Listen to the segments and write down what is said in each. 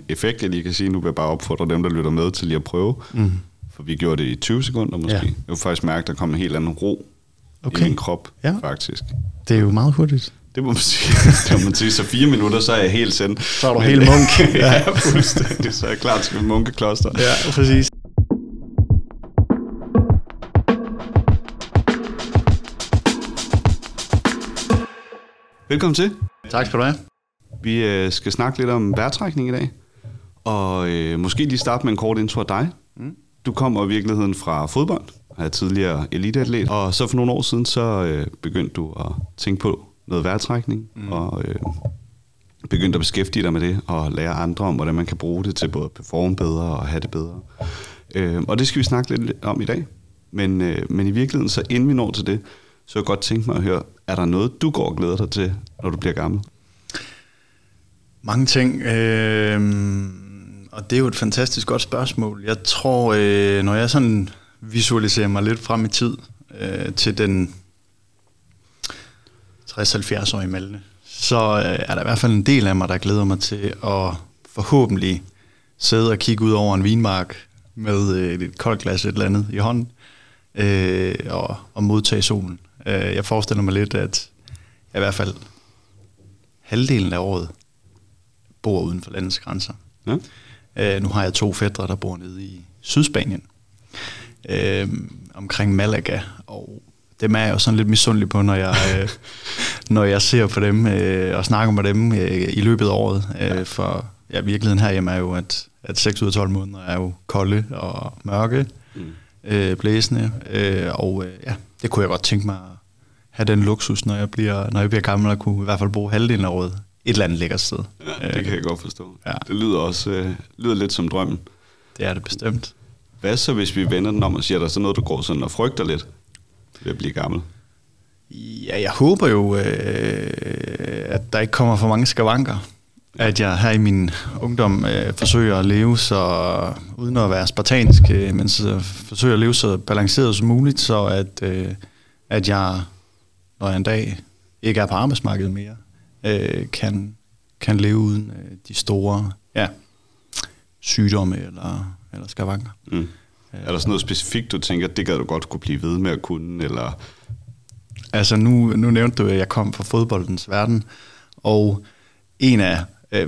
effekt, jeg lige kan sige. Nu vil jeg bare opfordre dem, der lytter med, til lige at prøve. For vi gjorde det i 20 sekunder måske. Jeg kunne faktisk mærke, at der kom en helt anden ro i min krop, faktisk. Det er jo meget hurtigt. Det må man sige. Det må man sige. Så 4 minutter, så er jeg helt sendt. Så er du helt munk. Ja, fuldstændig. Så er jeg klar til munkekloster. Ja, præcis. Velkommen til. Tak skal du have. Vi skal snakke lidt om vejrtrækning i dag. Og måske lige starte med en kort intro af dig. Du kommer i virkeligheden fra fodbold. Er tidligere eliteatlet. Og så for nogle år siden, så begyndte du at tænke på noget vejrtrækning. Og begyndte at beskæftige dig med det. Og lære andre om, hvordan man kan bruge det til både at performe bedre og have det bedre. Og det skal vi snakke lidt om i dag. Men i virkeligheden, så inden vi når til det, så jeg godt tænke mig at høre, er der noget, du går og glæder dig til, når du bliver gammel? Mange ting, og det er jo et fantastisk godt spørgsmål. Jeg tror, når jeg sådan visualiserer mig lidt frem i tid, til den 60-70-årige Malte, så er der i hvert fald en del af mig, der glæder mig til at forhåbentlig sidde og kigge ud over en vinmark med et koldt glas et eller andet i hånden, og modtage solen. Jeg forestiller mig lidt, at jeg i hvert fald halvdelen af året bor uden for landets grænser. Ja. Nu har jeg 2 fætre, der bor nede i Sydspanien, omkring Malaga, og dem er jeg jo sådan lidt misundelig på, når jeg ser på dem og snakker med dem i løbet af året. For virkeligheden herhjemme er jo, at 6 ud af 12 måneder er jo kolde og mørke, blæsende, og det kunne jeg godt tænke mig at have den luksus, når jeg bliver gammel, og kunne i hvert fald bruge halvdelen af året et eller andet lækkert sted. Ja, det kan jeg godt forstå. Ja. Det lyder også lidt som drømmen. Det er det bestemt. Hvad så, hvis vi vender den om og siger, at der er sådan noget, du går sådan og frygter lidt ved at blive gammel? Ja, jeg håber jo, at der ikke kommer for mange skavanker. At jeg her i min ungdom forsøger at leve så, uden at være spartansk, men så forsøger at leve så balanceret som muligt, så at jeg, når jeg en dag ikke er på arbejdsmarkedet mere, kan leve uden de store sygdomme eller skavanker. Er der sådan noget specifikt, du tænker, at det kan du godt kunne blive ved med at kunne? Eller? Altså nu nævnte du, at jeg kom fra fodboldens verden, og en af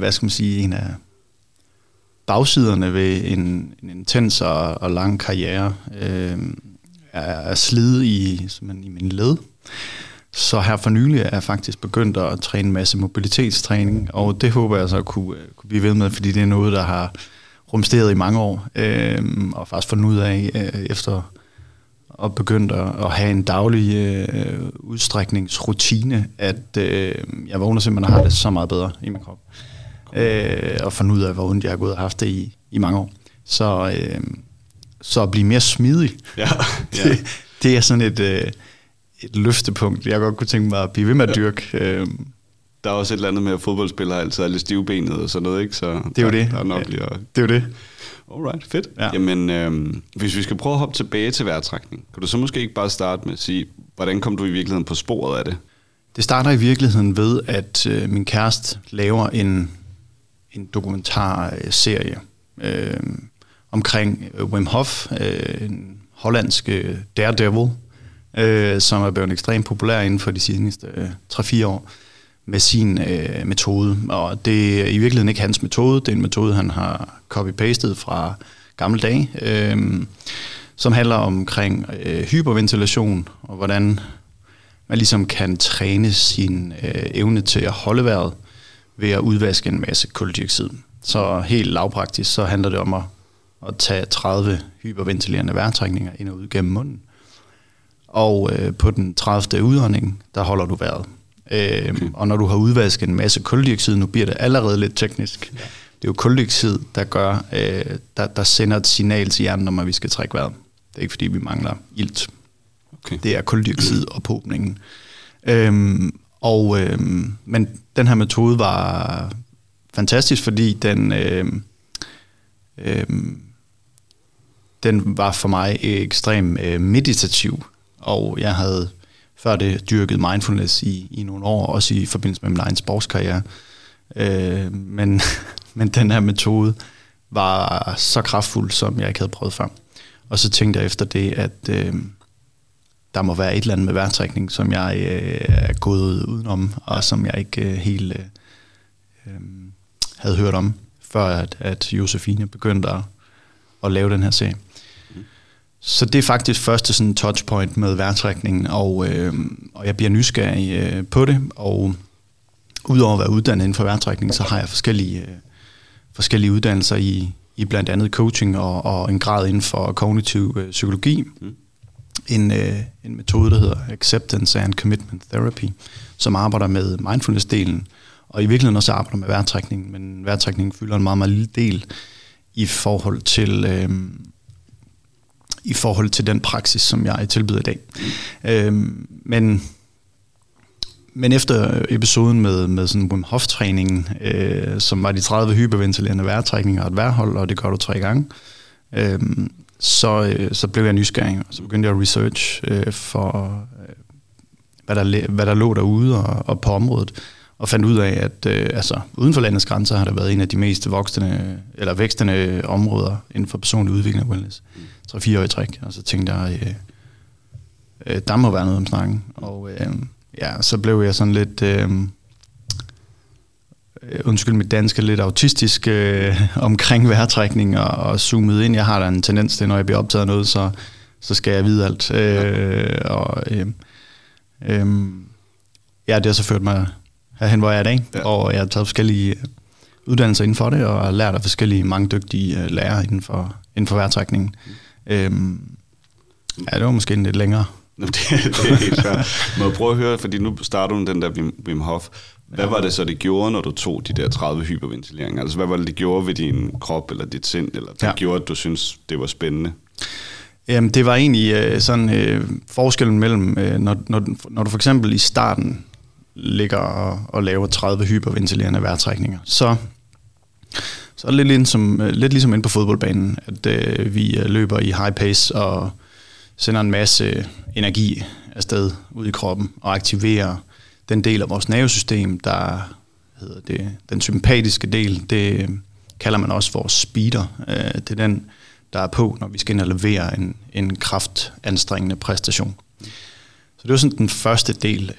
bagsiderne ved en intens og lang karriere er slid i min led. Så her for nylig er jeg faktisk begyndt at træne en masse mobilitetstræning, og det håber jeg så kunne blive ved med, fordi det er noget, der har rumsteret i mange år, og faktisk fundet ud af efter at begynde at have en daglig udstrækningsrutine, at jeg vågner simpelthen og har det så meget bedre i min krop. Og fundet ud af, hvor ondt jeg har gået og haft det i mange år. Så at blive mere smidig, det er sådan et løftepunkt, jeg godt kunne tænke mig at blive ved med at dyrke. Der er også et eller andet med, at fodboldspillere altid er lidt stivbenet og sådan noget, ikke? Så det er jo det. Der er nok lige at... Det er jo det. Alright, fedt. Ja. Jamen, hvis vi skal prøve at hoppe tilbage til vejrtrækning, kan du så måske ikke bare starte med at sige, hvordan kom du i virkeligheden på sporet af det? Det starter i virkeligheden ved, at min kæreste laver en dokumentarserie omkring Wim Hof, en hollandsk daredevil, som er blevet ekstremt populær inden for de seneste 3-4 år med sin metode. Og det er i virkeligheden ikke hans metode, det er en metode, han har copy-pastet fra gamle dage, som handler omkring hyperventilation, og hvordan man ligesom kan træne sin evne til at holde vejret ved at udvaske en masse kuldioxid. Så helt lavpraktisk, så handler det om at tage 30 hyperventilerende vejrtrækninger ind og ud gennem munden. Og på den 30. udånding, der holder du vejret. Og når du har udvasket en masse kuldioxid, nu bliver det allerede lidt teknisk. Det er jo kuldioxid, der gør, der sender et signal til hjernen om, at vi skal trække vejret. Det er ikke fordi, vi mangler ilt. Okay. Det er kuldioxidophobningen. Men den her metode var fantastisk, fordi den var for mig ekstremt meditativ, og jeg havde før det dyrket mindfulness i nogle år, også i forbindelse med min egen sportskarriere. Men den her metode var så kraftfuld, som jeg ikke havde prøvet før. Og så tænkte jeg efter det, at der må være et eller andet med vejrtrækning, som jeg er gået udenom, og som jeg ikke helt havde hørt om, før at Josefine begyndte at lave den her serie. Så det er faktisk første sådan touchpoint med vejrtrækningen, og jeg bliver nysgerrig på det, og udover at være uddannet inden for vejrtrækning, så har jeg forskellige uddannelser i blandt andet coaching og en grad inden for kognitiv psykologi. En metode, der hedder Acceptance and Commitment Therapy, som arbejder med mindfulness-delen, og i virkeligheden også arbejder med vejrtrækning, men vejrtrækningen fylder en meget, meget lille del i forhold til den praksis, som jeg tilbyder i dag. Men efter episoden med sådan Wim Hof-træningen, som var de 30 hyperventilerende vejrtrækninger og et vejrhold, og det gør du 3 gange, så blev jeg nysgerrig, og så begyndte jeg at research for, hvad der lå derude og på området, og fandt ud af, at uden for landets grænser har der været en af de mest vækstende områder inden for personlig udvikling og wellness. 3-4 år i træk, og så tænkte jeg, der må være noget om snakken, og så blev jeg sådan lidt, undskyld mit danske, lidt autistisk omkring vejrtrækning og zoomet ind. Jeg har da en tendens til, når jeg bliver optaget af noget, så skal jeg vide alt. Det har så ført mig herhen, hvor jeg er i dag, og jeg har taget forskellige uddannelser inden for det, og har lært af forskellige mange dygtige lærere inden for vejrtrækningen. Det var måske lidt længere. Det er helt svært. Må jeg prøve at høre, fordi nu starter du den der Wim Hof. Hvad var det så, det gjorde, når du tog de der 30 hyperventileringer? Altså, hvad var det gjorde ved din krop eller dit sind, eller det gjorde, at du synes, det var spændende? Jamen, det var egentlig forskellen mellem, når du for eksempel i starten ligger og laver 30 hyperventilerende vejrtrækninger, så er det lidt ligesom inde på fodboldbanen, at vi løber i high pace og sender en masse energi afsted ud i kroppen og aktiverer den del af vores nervesystem, der hedder det, den sympatiske del, det kalder man også vores speeder. Det er den, der er på, når vi skal ind og levere en kraftanstrengende præstation. Så det var sådan den første del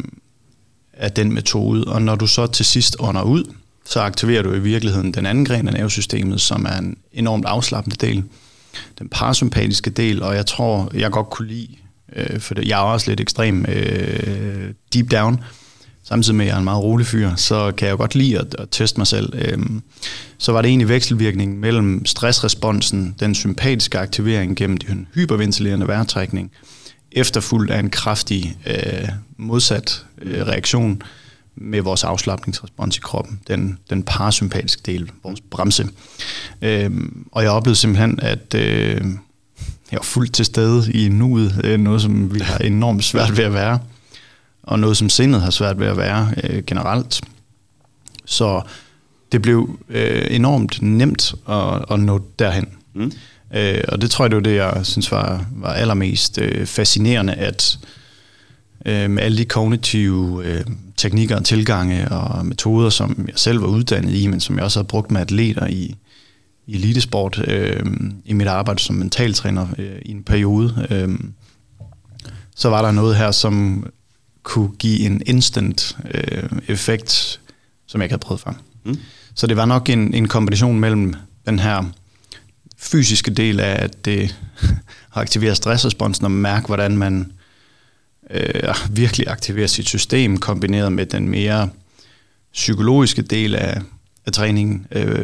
af den metode, og når du så til sidst ånder ud, så aktiverer du i virkeligheden den anden gren af nervesystemet, som er en enormt afslappende del, den parasympatiske del, og jeg tror, jeg godt kunne lide, for jeg er også lidt ekstrem deep down, samtidig med, at jeg er en meget rolig fyr, så kan jeg godt lide at teste mig selv. Så var det egentlig vekselvirkningen mellem stressresponsen, den sympatiske aktivering gennem den hyperventilerende vejrtrækning, efterfulgt af en kraftig modsat reaktion med vores afslapningsrespons i kroppen, den parasympatiske del, vores bremse. Og jeg oplevede simpelthen, at jeg var fuldt til stede i nuet, noget som vi har enormt svært ved at være, og noget som sindet har svært ved at være generelt. Så det blev enormt nemt at nå derhen. Og det tror jeg, det var det, jeg synes var allermest fascinerende, at med alle de kognitive teknikker og tilgange og metoder, som jeg selv var uddannet i, men som jeg også har brugt med atleter i elitesport, i mit arbejde som mentaltræner i en periode, så var der noget her, som kunne give en instant effekt, som jeg ikke havde prøvet før. Så det var nok en kombination mellem den her fysiske del af, at det aktiverer stressresponsen og mærke, hvordan man virkelig aktiverer sit system, kombineret med den mere psykologiske del af træningen,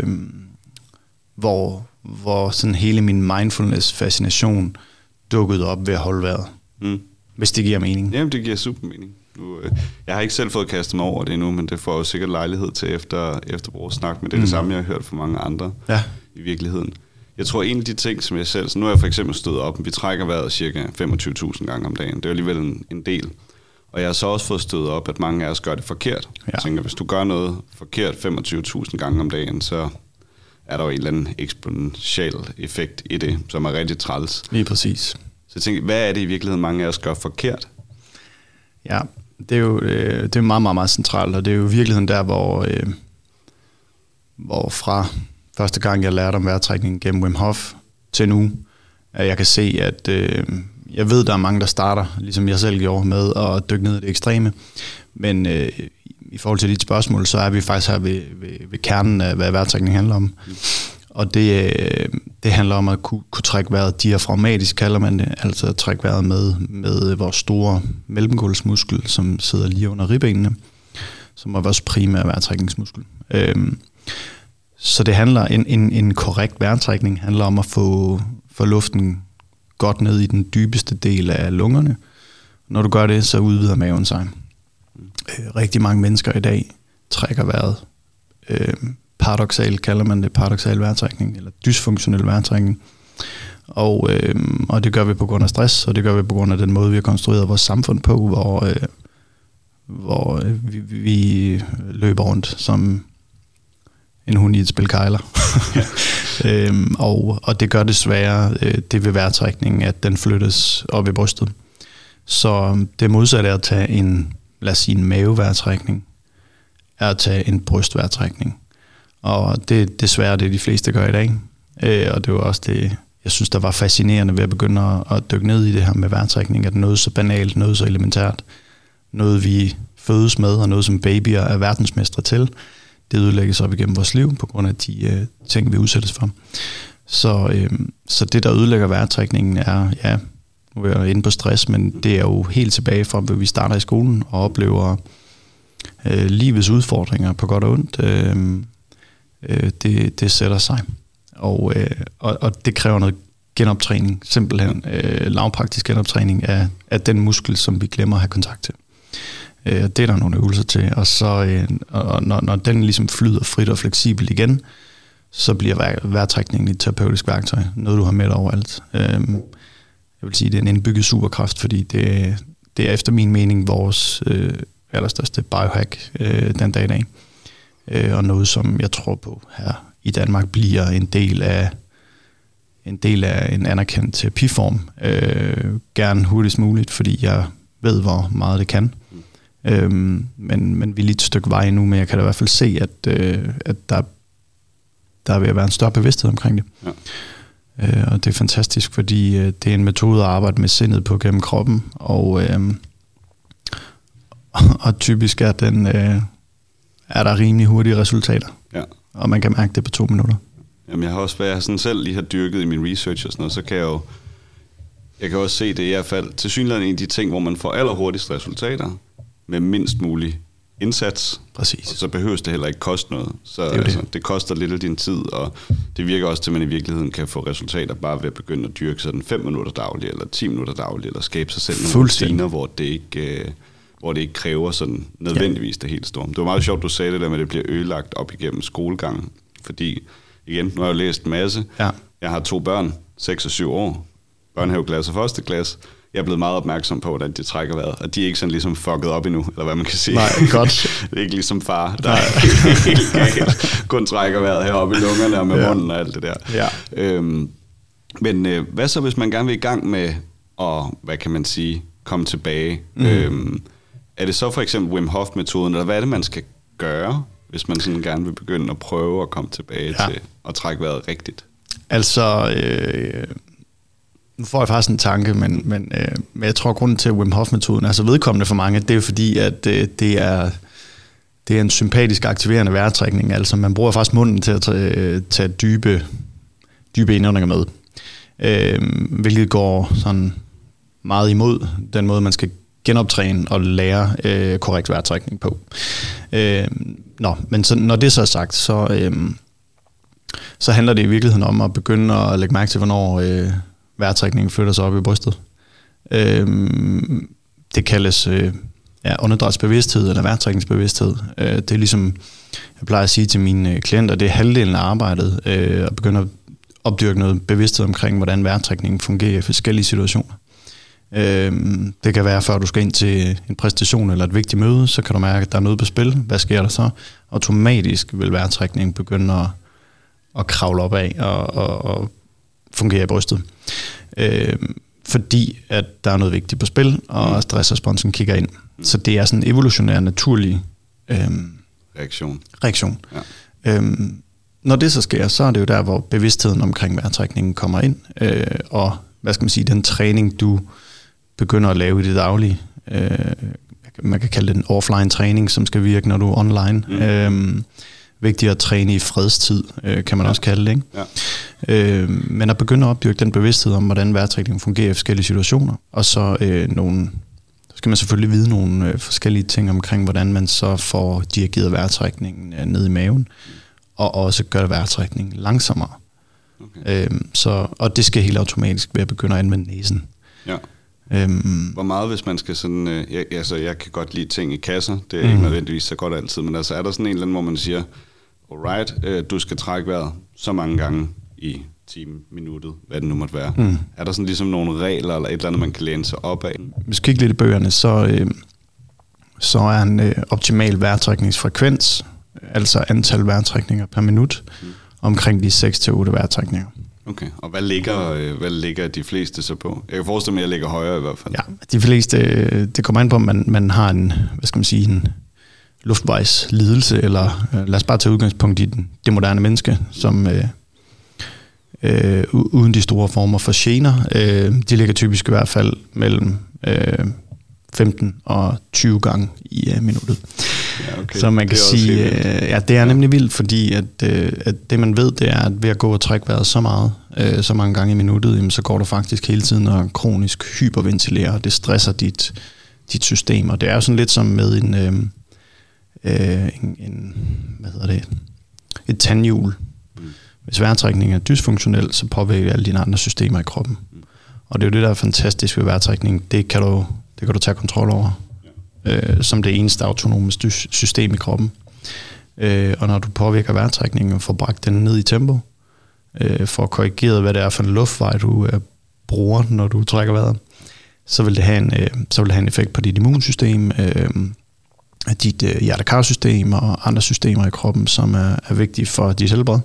hvor sådan hele min mindfulness-fascination dukkede op ved at holde vejret. Hvis det giver mening. Jamen, det giver super mening. Jeg har ikke selv fået kastet mig over det endnu, men det får jo sikkert lejlighed til efter vores snak, men det er det samme, jeg har hørt fra mange andre i virkeligheden. Jeg tror, en af de ting, som jeg selv... Så nu har jeg for eksempel stået op, vi trækker vejret cirka 25.000 gange om dagen. Det er alligevel en del. Og jeg har så også fået stået op, at mange af os gør det forkert. Ja. Jeg tænker, hvis du gør noget forkert 25.000 gange om dagen, så er der jo en eller anden eksponentiel effekt i det, som er rigtig træls. Lige præcis. Så jeg tænker, hvad er det i virkeligheden, mange af os gør forkert? Ja, det er jo det er meget, meget, meget centralt, og det er jo i virkeligheden der, hvor fra første gang, jeg lærte om vejrtrækning gennem Wim Hof til nu, at jeg kan se, at jeg ved, der er mange, der starter, ligesom jeg selv gjorde, med at dykke ned i det ekstreme. Men i forhold til dit spørgsmål, så er vi faktisk her ved kernen af, hvad vejrtrækning handler om. Og det handler om at kunne trække vejret diafragmatisk, kalder man det, altså at trække vejret med vores store mellemgulvsmuskel, som sidder lige under ribbenene, som er vores primære vejrtrækningsmuskel. Så det handler, en korrekt vejrtrækning handler om at få luften godt ned i den dybeste del af lungerne. Når du gør det, så udvider maven sig. Rigtig mange mennesker i dag trækker vejret paradoksal, kalder man det, paradoksal vejrtrækning, eller dysfunktionel vejrtrækning. Og det gør vi på grund af stress, og det gør vi på grund af den måde, vi har konstrueret vores samfund på, hvor vi løber rundt som en hund i et spil kejler. Og det gør det sværere, det ved vejrtrækningen, at den flyttes op i brystet. Så det modsatte er at tage en, lad os sige, en mavevejrtrækning, er at tage en brystvejrtrækning. Og det er desværre det, de fleste gør i dag. Og det var også det, jeg synes, der var fascinerende ved at begynde at dykke ned i det her med vejrtrækning, at noget så banalt, noget så elementært, noget vi fødes med, og noget som babyer er verdensmestre til, det ødelægges op igennem vores liv, på grund af de ting, vi udsættes for. Så det, der ødelægger vejrtrækningen, er, ja, nu er jeg inde på stress, men det er jo helt tilbage fra, hvor vi starter i skolen og oplever livets udfordringer på godt og ondt. Det sætter sig. Og det kræver noget genoptræning, simpelthen lavpraktisk genoptræning af den muskel, som vi glemmer at have kontakt til. Det er der nogle øvelser til, og så når den ligesom flyder frit og fleksibelt igen, så bliver vejrtrækningen et terapeutisk værktøj, noget du har med dig overalt. Jeg vil sige, det er en indbygget superkraft, fordi det er efter min mening vores allerstørste biohack den dag i dag. Og noget, som jeg tror på her i Danmark bliver en del af en anerkendt terapiform. Gerne hurtigst muligt, fordi jeg ved, hvor meget det kan. Men vi er lige et stykke vej nu, men jeg kan da i hvert fald se, at der er ved at være en større bevidsthed omkring det. Ja. Og det er fantastisk, fordi det er en metode at arbejde med sindet på gennem kroppen, og typisk er der rimelig hurtige resultater. Ja. Og man kan mærke det på 2 minutter. Jamen jeg har også været sådan selv lige har dyrket i min research og sådan noget, så kan jeg kan også se det i hvert fald tilsyneladende en af de ting, hvor man får allerhurtigst resultater med mindst mulig indsats. Præcis. Og så behøves det heller ikke koste noget. Så det koster lidt af din tid, og det virker også til, at man i virkeligheden kan få resultater bare ved at begynde at dyrke sådan 5 minutter dagligt, eller 10 minutter dagligt, eller skabe sig selv nogle rutiner, hvor det ikke kræver sådan nødvendigvis det helt store. Det var meget sjovt, du sagde det der med, at det bliver ødelagt op igennem skolegangen. Fordi, igen, nu har jeg læst en masse. Ja. Jeg har 2 børn, 6 og 7 år. Børnehaveklasse og første klasse. Jeg er blevet meget opmærksom på, hvordan de trækker vejret. Og de er ikke sådan ligesom fucket op endnu, eller hvad man kan sige. Nej, godt. Det er ikke ligesom far, der er helt galt. Kun trækker vejret heroppe i lungerne og med munden og alt det der. Ja. Men hvad så, hvis man gerne vil i gang med at, hvad kan man sige, komme tilbage? Er det så for eksempel Wim Hof-metoden, eller hvad er det, man skal gøre, hvis man sådan gerne vil begynde at prøve at komme tilbage til at trække vejret rigtigt? Altså, nu får jeg faktisk en tanke, men jeg tror, grunden til Wim Hof-metoden er så vedkommende for mange, det er jo fordi, at det er en sympatisk aktiverende vejrtrækning. Altså, man bruger faktisk munden til at tage dybe indåndinger med, hvilket går sådan meget imod den måde, man skal genoptræne og lære korrekt vejrtrækning på. Men så, når det så er sagt, så handler det i virkeligheden om at begynde at lægge mærke til, hvornår vejrtrækningen flytter sig op i brystet. Det kaldes åndedrætsbevidsthed eller vejrtrækningsbevidsthed. Det er ligesom, jeg plejer at sige til mine klienter, det er halvdelen af arbejdet at begynde at opdyrke noget bevidsthed omkring, hvordan vejrtrækningen fungerer i forskellige situationer. Det kan være, før du skal ind til en præstation eller et vigtigt møde, så kan du mærke, at der er noget på spil. Hvad sker der så? Automatisk vil vejrtrækningen begynde at kravle op af og fungere i brystet. Fordi at der er noget vigtigt på spil, og stressresponsen kigger ind. Så det er sådan en evolutionær, naturlig reaktion. Ja. når det så sker, så er det jo der, hvor bevidstheden omkring vejrtrækningen kommer ind, og hvad skal man sige, den træning, du begynder at lave i det daglige, man kan kalde det en offline træning, som skal virke, når du er online. Vigtigt at træne i fredstid, kan man også kalde det, ikke? Ja. Men at begynde at opdyrke den bevidsthed om, hvordan vejrtrækningen fungerer i forskellige situationer, og så skal man selvfølgelig vide nogle forskellige ting omkring, hvordan man så får dirigeret vejrtrækningen ned i maven, og også gør vejrtrækningen langsommere. Okay. Og det skal helt automatisk ved at begynde at anvende næsen. Ja. Hvor meget, hvis man skal sådan... jeg kan godt lide ting i kasser, det er ikke nødvendigvis så godt altid, men altså er der sådan en eller anden, hvor man siger, alright, du skal trække vejret så mange gange i timen, minuttet, hvad det nu måtte være. Er der sådan ligesom nogle regler, eller et eller andet, man kan læne sig op af? Hvis du kigger lidt i bøgerne, så er en optimal vejrtrækningsfrekvens, altså antal vejrtrækninger per minut, omkring de 6-8 vejrtrækninger. Okay, og hvad ligger de fleste så på? Jeg kan forestille mig, at jeg ligger højere i hvert fald. Ja, de fleste, det kommer an på, at man har en, hvad skal man sige, en luftvejslidelse, eller lad os bare tage udgangspunkt i det moderne menneske, som uden de store former for gener, de ligger typisk i hvert fald mellem 15 og 20 gange i minuttet. Ja, okay. Så man kan sige, det er nemlig vildt, fordi at det man ved, det er, at ved at gå og trække vejret så meget, så mange gange i minuttet, jamen, så går du faktisk hele tiden og kronisk hyperventilerer, og det stresser dit system, og det er jo sådan lidt som med et tandhjul. Hvis vejrtrækning er dysfunktionel, så påvirker alle dine andre systemer i kroppen. Og det er jo det, der er fantastisk ved vejrtrækning. Det kan du tage kontrol over, som det eneste autonome system i kroppen. Og når du påvirker vejrtrækningen og får bragt den ned i tempo, for korrigeret, hvad det er for en luftvej, du bruger, når du trækker vejret, så vil det have en effekt på dit immunsystem, dit hjertekarsystem og andre systemer i kroppen, som er vigtige for dit helbred.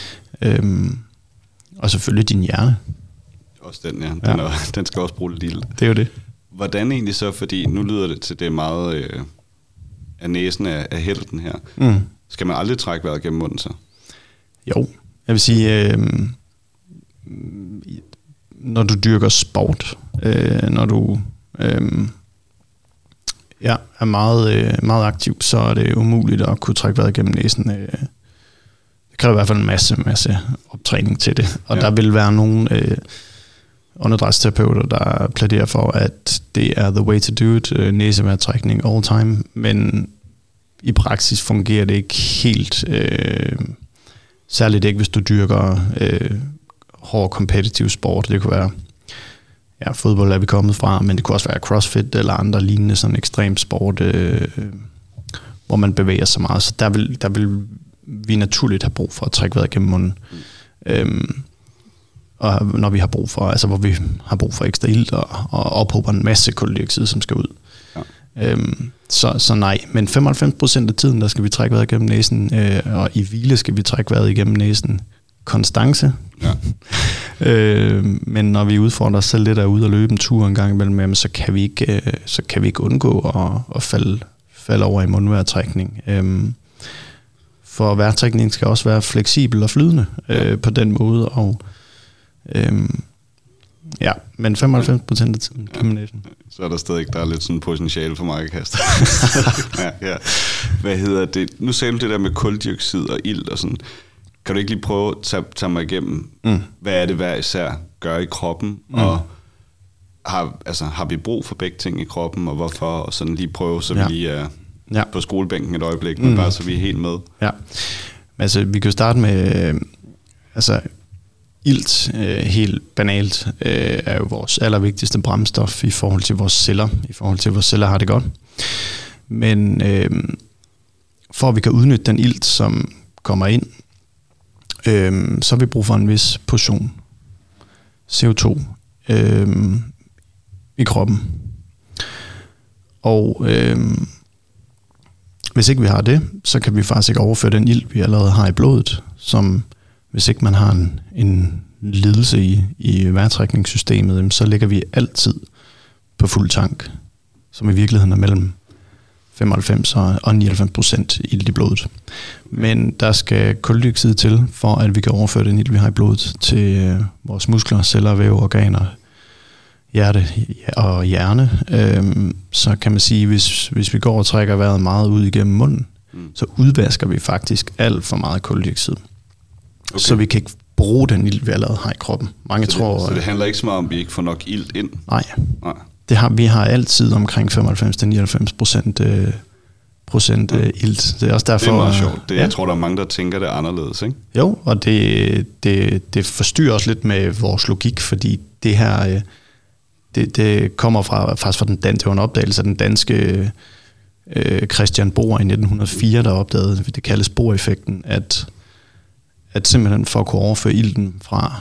Og selvfølgelig din hjerne. Også den, ja. Den skal også bruge lidt ild. Det er jo det. Hvordan egentlig så, fordi nu lyder det til det meget af næsen af helten her. Skal man aldrig trække vejret gennem munden så? Jo, jeg vil sige, når du dyrker sport, når du er meget, meget aktiv, så er det umuligt at kunne trække vejret gennem næsen. Det kræver i hvert fald en masse optræning til det. Og der vil være nogle åndedrætsterapeuter, der plæderer for, at det er the way to do it, næsevejrtrækning all time, men i praksis fungerer det ikke helt, særligt ikke, hvis du dyrker hård competitive sport. Det kunne være, fodbold er vi kommet fra, men det kunne også være CrossFit eller andre lignende sådan ekstrem sport, hvor man bevæger sig meget. Så der vil vi naturligt have brug for at trække vejret gennem munden. Og når vi har brug for, altså hvor vi har brug for ekstra ilt og ophober en masse koldioxid, som skal ud. Ja. Så nej, men 95% af tiden, der skal vi trække vejret gennem næsen, og i hvile skal vi trække vejret igennem næsen. Konstance. Ja. Men når vi udfordrer os selv lidt at ud og løbe en tur en gang imellem, så kan vi ikke undgå at falde over i mundvejrtrækning. For vejrtrækning skal også være fleksibel og flydende på den måde, og men 95% af tiden gennem næsen. Så er der stadig der er lidt sådan potentiale for markedskast. ja. Hvad hedder det? Nu sagde du det der med kuldioxid og ilt og sådan. Kan du ikke lige prøve at tage mig igennem, hvad er det hver især gør i kroppen, og har vi brug for begge ting i kroppen, og hvorfor, og sådan lige prøve, så vi lige er på skolebænken et øjeblik, men bare så vi er helt med. Ja, altså vi kan jo starte med, ilt, helt banalt, er jo vores allervigtigste brændstof i forhold til vores celler, har det godt. Men for at vi kan udnytte den ilt, som kommer ind, så har vi brug for en vis portion CO2 i kroppen. Og hvis ikke vi har det, så kan vi faktisk ikke overføre den ilt, vi allerede har i blodet, som hvis ikke man har en lidelse i vejrtrækningssystemet, så ligger vi altid på fuld tank, som i virkeligheden er mellem 95 og 99% ilt i blodet. Men der skal koldioxid til, for at vi kan overføre den ilt, vi har i blodet, til vores muskler, celler, væv, organer, hjerte og hjerne. Så kan man sige, hvis vi går og trækker vejret meget ud igennem munden, så udvasker vi faktisk alt for meget koldioxid. Okay. Så vi kan ikke bruge den ilt, vi allerede har i kroppen. Så det handler ikke så meget om, at vi ikke får nok ilt ind? Nej. Vi har altid omkring 95-99% ilt. Det er også derfor. Det er meget sjovt. Jeg tror, der er mange, der tænker det anderledes, ikke? Jo, og det forstyrrer også lidt med vores logik, fordi det her, det kommer faktisk fra det var en opdagelse af den danske Christian Bohr i 1904, der opdagede, det kaldes Bohr-effekten, at simpelthen for at kunne overføre ilten fra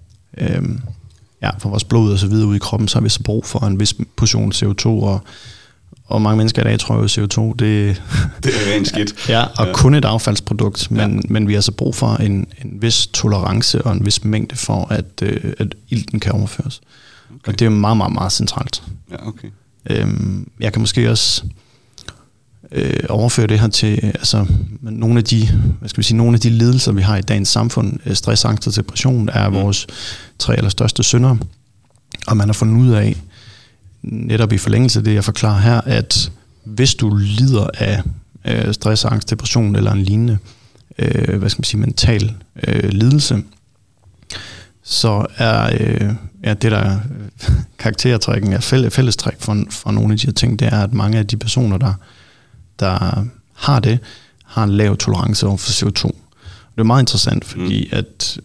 vores blod og så videre ud i kroppen, så har vi så brug for en vis portion CO2, og mange mennesker i dag tror jo, CO2, det er rent skidt. Ja, og kun et affaldsprodukt, men vi har så brug for en vis tolerance og en vis mængde for, at ilten kan overføres. Okay. Og det er meget, meget, meget centralt. Ja, okay. Jeg kan måske også overføre det her til nogle af de lidelser, vi har i dagens samfund. Stress, angst og depression er vores 3 allerstørste synder. Og man har fundet ud af, netop i forlængelse af det, jeg forklarer her, at hvis du lider af stress, angst, depression eller en lignende mental lidelse, så er det der karaktertrækken af fællestræk for nogle af de her ting, det er, at mange af de personer, der har det, har en lav tolerance over for CO2. Det er meget interessant, fordi at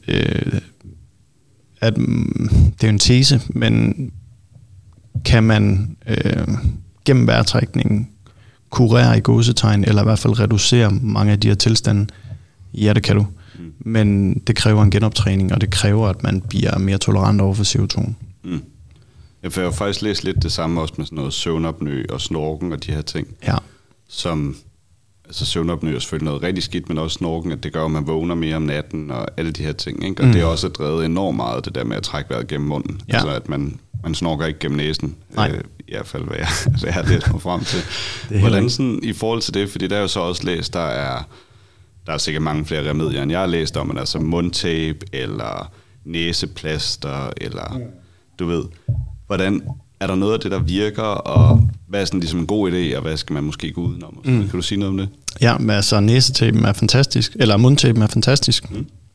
det er en tese, men kan man gennem vejrtrækningen kurere i gåsetegn, eller i hvert fald reducere mange af de her tilstande? Ja, det kan du. Men det kræver en genoptræning, og det kræver, at man bliver mere tolerant over for CO2. Jeg har faktisk læst lidt det samme også med sådan noget søvnapnø og snorken og de her ting. Ja. Som, søvnapnø er selvfølgelig noget rigtig skidt, men også snorken, at det gør, at man vågner mere om natten og alle de her ting. Ikke? Og det er også drevet enormt meget, det der med at trække vejret gennem munden. Ja. Altså at man snorker ikke gennem næsen. I hvert fald, hvad jeg læst mig frem til. Hvordan sådan, i forhold til det, fordi der er jo så også læst, der er sikkert mange flere remedier, end jeg har læst om, men altså mundtape, eller næseplaster, eller du ved, hvordan er der noget af det, der virker, og hvad er sådan ligesom en god idé, og hvad skal man måske gå udenom? Kan du sige noget om det? Ja, men altså næsetapen er fantastisk, eller mundtapen er fantastisk.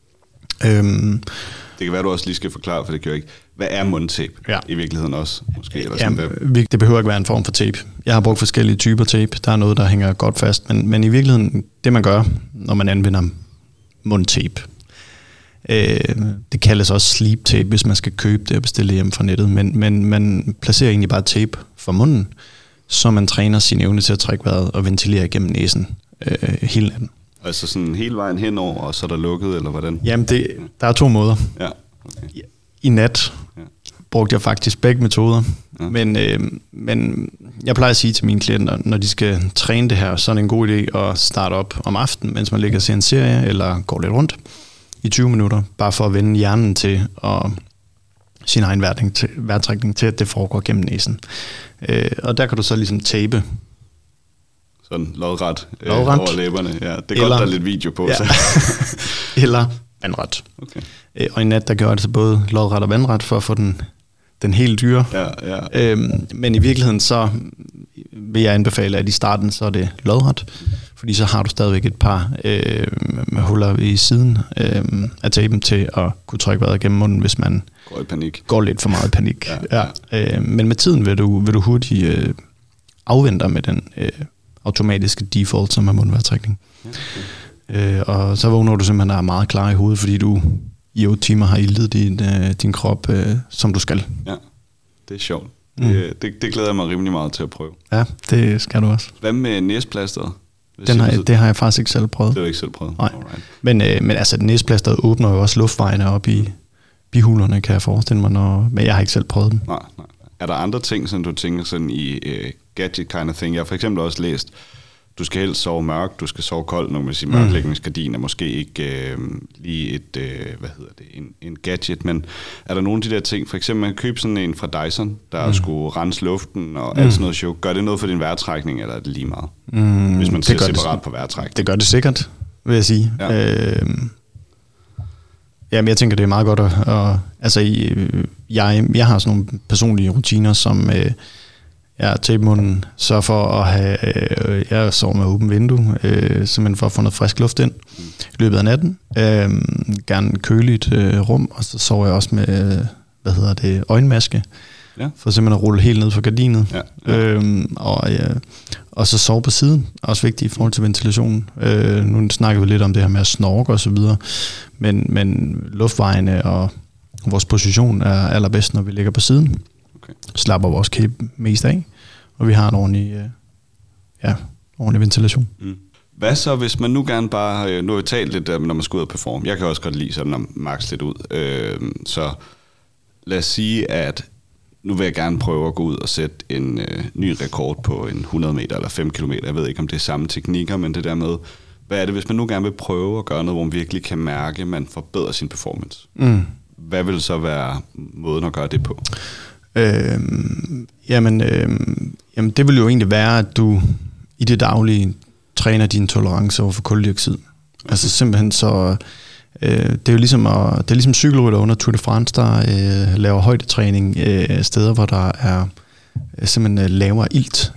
Det kan være, du også lige skal forklare, for det gør ikke. Hvad er mundtape i virkeligheden også? Måske, eller sådan det behøver ikke være en form for tape. Jeg har brugt forskellige typer tape. Der er noget, der hænger godt fast. Men i virkeligheden, det man gør, når man anvender mundtape, det kaldes også sleep tape, hvis man skal købe det og bestille hjem fra nettet. Men man placerer egentlig bare tape for munden, så man træner sin evne til at trække vejret og ventilere igennem næsen hele natten. Altså sådan hele vejen henover, og så er der lukket, eller hvordan? Jamen, der er 2 måder. Ja, okay. I nat brugte jeg faktisk begge metoder. Ja. Men jeg plejer at sige til mine klienter, når de skal træne det her, så er det en god idé at starte op om aftenen, mens man ligger og ser en serie, eller går lidt rundt i 20 minutter, bare for at vende hjernen til og sin egen vejrtrækning til, at det foregår gennem næsen. Og der kan du så ligesom tape sådan lodret over læberne. Ja, det er godt, der er lidt video på. Ja. Så. Eller vandret. Okay. Og i nat, der gør det så både lodret og vandret for at få den helt dyre. Ja. Men i virkeligheden, så vil jeg anbefale, at i starten, så er det lodret. Fordi så har du stadigvæk et par med huller i siden af tapen til at kunne trække vejret gennem munden, hvis man går lidt for meget i panik. Ja. Men med tiden vil du hurtigt afvente med den automatiske default, som er mundvejrtrækning. Okay. Og så vågner du simpelthen, der er meget klar i hovedet, fordi du i 8 timer har iltet din krop, som du skal. Ja, det er sjovt. Det glæder jeg mig rimelig meget til at prøve. Ja, det skal du også. Hvad med næseplasteret? Det har jeg faktisk ikke selv prøvet. Det har du ikke selv prøvet? Nej. Men altså, næseplasteret åbner jo også luftvejene op i bihulerne, kan jeg forestille mig, men jeg har ikke selv prøvet dem. Nej. Er der andre ting, som du tænker sådan i gadget kind of thing? Jeg har for eksempel også læst Du skal helst sove mørkt, du skal sove koldt, når man siger mørklægningsgardin er måske ikke lige et, en gadget, men er der nogle af de der ting, for eksempel man kan købe sådan en fra Dyson, der skulle rense luften og alt sådan noget show. Gør det noget for din vejrtrækning, eller er det lige meget? Hvis man ser separat på vejrtrækning. Det gør det sikkert, vil jeg sige. Ja. Jamen, jeg tænker, det er meget godt jeg har sådan nogle personlige rutiner, som jeg taber munden, sørger for at have, jeg sover med åbent vindue, simpelthen for at få noget frisk luft ind i løbet af natten. Gerne køligt rum, og så sover jeg også med, øjenmaske, for simpelthen at rulle helt ned for gardinet. Og så sove på siden, også vigtigt i forhold til ventilationen. Nu snakker vi lidt om det her med at snorke og så videre, men luftvejene og vores position er allerbedst, når vi ligger på siden. Okay. Slapper vores kæbe mest af, og vi har en ordentlig ventilation. Hvad så, hvis man nu gerne bare... Nu har vi talt lidt, når man skal ud og performe. Jeg kan også godt lide sådan at max lidt ud. Så lad os sige, at nu vil jeg gerne prøve at gå ud og sætte en ny rekord på en 100 meter eller 5 kilometer. Jeg ved ikke, om det er samme teknikker, men det der med... Hvad er det, hvis man nu gerne vil prøve at gøre noget, hvor man virkelig kan mærke, at man forbedrer sin performance? Hvad vil så være måden at gøre det på? Jamen, det vil jo egentlig være, at du i det daglige træner din tolerance over for kuldioxid. Okay. Altså simpelthen så... det er jo ligesom cykelrytter under Tour de France, der laver højdetræning steder, hvor der er simpelthen lavere ilt.